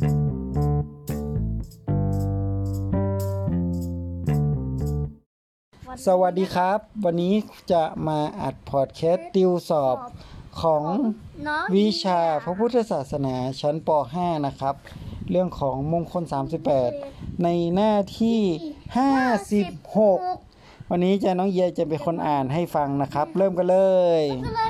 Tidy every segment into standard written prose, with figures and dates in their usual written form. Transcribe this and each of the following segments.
สวัสดีครับวันนี้จะมาอัดพอดแคสต์ติวสอบของวิชาพระพุทธศาสนาชั้นป .5 นะครับเรื่องของมงคล38ในหน้าที่56วันนี้น้องเยจะเป็นคนอ่านให้ฟังนะครับเริ่มกันเลย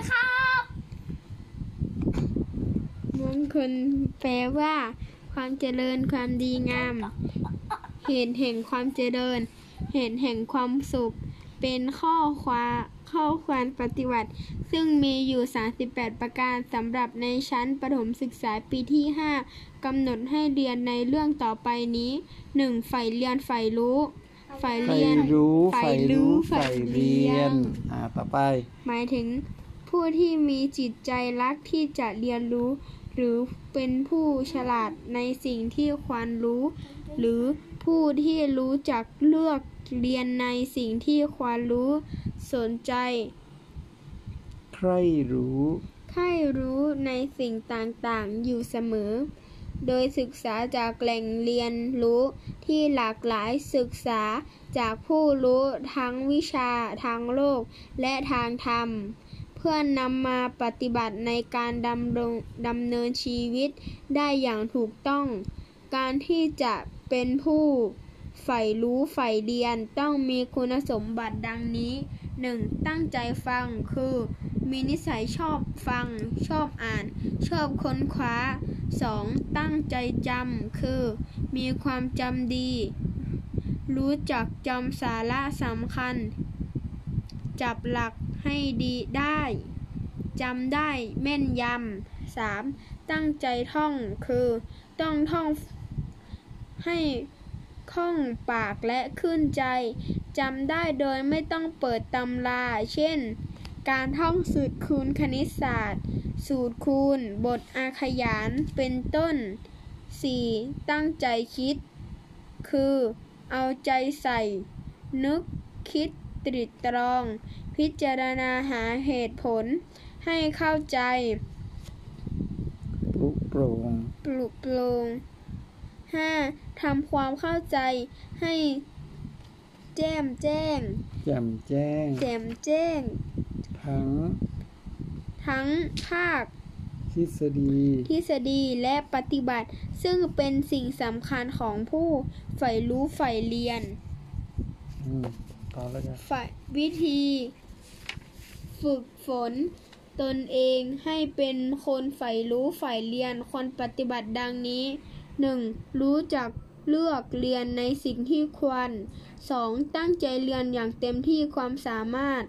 มงคลแปลว่าความเจริญความดีงามเหตุแห่งความเจริญเหตุแห่งความสุขเป็นข้อควรปฏิบัติซึ่งมีอยู่38ประการสำหรับในชั้นประถมศึกษาปีที่5กำหนดให้เรียนในเรื่องต่อไปนี้ 1. ใฝ่เรียนใฝ่รู้ใฝ่เรียนใฝ่เรียนต่อไปหมายถึงผู้ที่มีจิตใจรักที่จะเรียนรู้หรือเป็นผู้ฉลาดในสิ่งที่ควรรู้หรือผู้ที่รู้จักเลือกเรียนในสิ่งที่ควรรู้สนใจใคร่รู้ในสิ่งต่างๆอยู่เสมอโดยศึกษาจากแหล่งเรียนรู้ที่หลากหลายศึกษาจากผู้รู้ทั้งวิชาทางโลกและทางธรรมเพื่อนำมาปฏิบัติในการดำเนินชีวิตได้อย่างถูกต้องการที่จะเป็นผู้ใฝ่รู้ใฝ่เรียนต้องมีคุณสมบัติดังนี้ 1. ตั้งใจฟังคือมีนิสัยชอบฟังชอบอ่านชอบค้นคว้า 2. ตั้งใจจำคือมีความจำดีรู้จักจำสาระสำคัญจับหลักให้ดีได้จำได้แม่นยำ 3. ตั้งใจท่องคือต้องท่องให้คล่องปากและขึ้นใจจำได้โดยไม่ต้องเปิดตำราเช่นการท่องสูตรคูณคณิตศาสตร์สูตรคูณบทอาขยานเป็นต้น 4. ตั้งใจคิดคือเอาใจใส่นึกคิดตรึกตรองพิจารณาหาเหตุผลให้เข้าใจปลุกโปร่ง 5. ทำความเข้าใจให้แจ่มแจ้งทั้งภาคทฤษฎีและปฏิบัติซึ่งเป็นสิ่งสำคัญของผู้ใฝ่รู้ใฝ่เรียนวิธีฝึกฝนตนเองให้เป็นคนใฝ่รู้ใฝ่เรียนควรปฏิบัติดังนี้ 1. รู้จักเลือกเรียนในสิ่งที่ควร 2. ตั้งใจเรียนอย่างเต็มที่ความสามารถ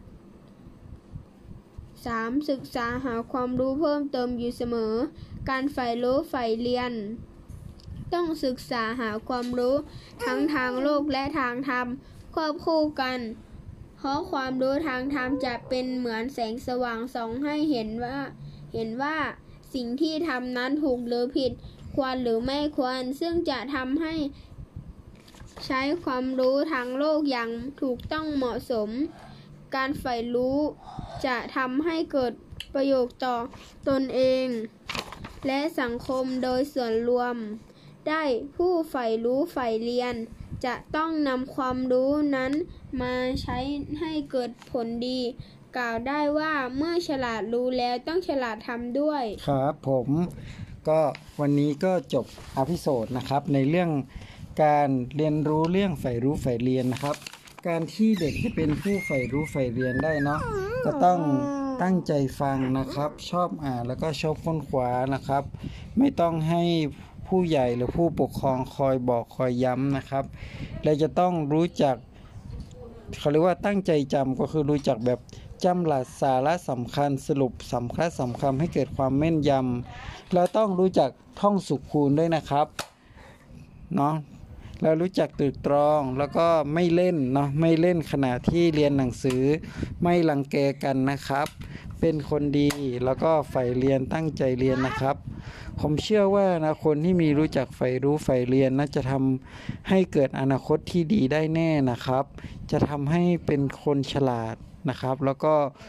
3. ศึกษาหาความรู้เพิ่มเติมอยู่เสมอการใฝ่รู้ใฝ่เรียนต้องศึกษาหาความรู้ทั้งทางโลกและทางธรรมควบคู่กันเพราะความรู้ทางธรรมจะเป็นเหมือนแสงสว่างส่องให้เห็นว่าสิ่งที่ทำนั้นถูกหรือผิดควรหรือไม่ควรซึ่งจะทำให้ใช้ความรู้ทางโลกอย่างถูกต้องเหมาะสมการใฝ่รู้จะทำให้เกิดประโยชน์ต่อตนเองและสังคมโดยส่วนรวมได้ผู้ใฝ่รู้ใฝ่เรียนจะต้องนำความรู้นั้นมาใช้ให้เกิดผลดีกล่าวได้ว่าเมื่อฉลาดรู้แล้วต้องฉลาดทำด้วยครับผมก็วันนี้ก็จบอภิโสดนะครับในเรื่องการเรียนรู้เรื่องใฝ่รู้ใฝ่เรียนนะครับการที่เด็กจะเป็นผู้ใฝ่รู้ใฝ่เรียนได้เนาะก็ต้องตั้งใจฟังนะครับชอบอ่านแล้วก็ชอบค้นคว้านะครับไม่ต้องให้ผู้ใหญ่หรือผู้ปกครองคอยบอกคอยย้ำนะครับและจะต้องรู้จักเขาเรียกว่าตั้งใจจำก็คือรู้จักแบบจำหลักสาระสำคัญสรุปสำคัญให้เกิดความแม่นยำแล้วต้องรู้จักท่องสุขคูณด้วยนะครับเนาะแล้วรู้จักตรึกตรองแล้วก็ไม่เล่นเนาะไม่เล่นขณะที่เรียนหนังสือไม่รังแกกันนะครับเป็นคนดีแล้วก็ใฝ่เรียนตั้งใจเรียนนะครับผมเชื่อว่านะคนที่มีรู้จักใฝ่รู้ใฝ่เรียนน่าจะทำให้เกิดอนาคตที่ดีได้แน่นะครับจะทำให้เป็นคนฉลาดนะครับแล้วก็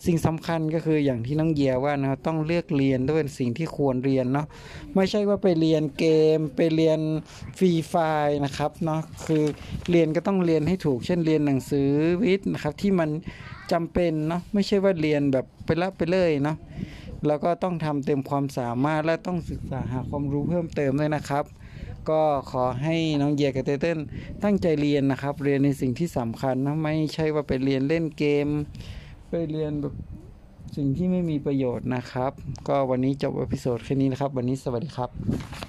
สิ่งสำคัญก็คืออย่างที่น้องเยียว่านะต้องเลือกเรียนด้วยสิ่งที่ควรเรียนเนาะไม่ใช่ว่าไปเรียนเกมไปเรียนฟรีไฟล์นะครับเนาะคือเรียนก็ต้องเรียนให้ถูกเช่นเรียนหนังสือวิทย์นะครับที่มันจำเป็นเนาะไม่ใช่ว่าเรียนแบบไปละไปเลยเนาะแล้วก็ต้องทำเต็มความสามารถและต้องศึกษาหาความรู้เพิ่มเติมด้วยนะครับก็ขอให้น้องเยียกับเต้นตั้งใจเรียนนะครับเรียนในสิ่งที่สำคัญนะไม่ใช่ว่าไปเรียนเล่นเกมไปเรียนแบบสิ่งที่ไม่มีประโยชน์นะครับก็วันนี้จบเอพิโซดแค่นี้นะครับวันนี้สวัสดีครับ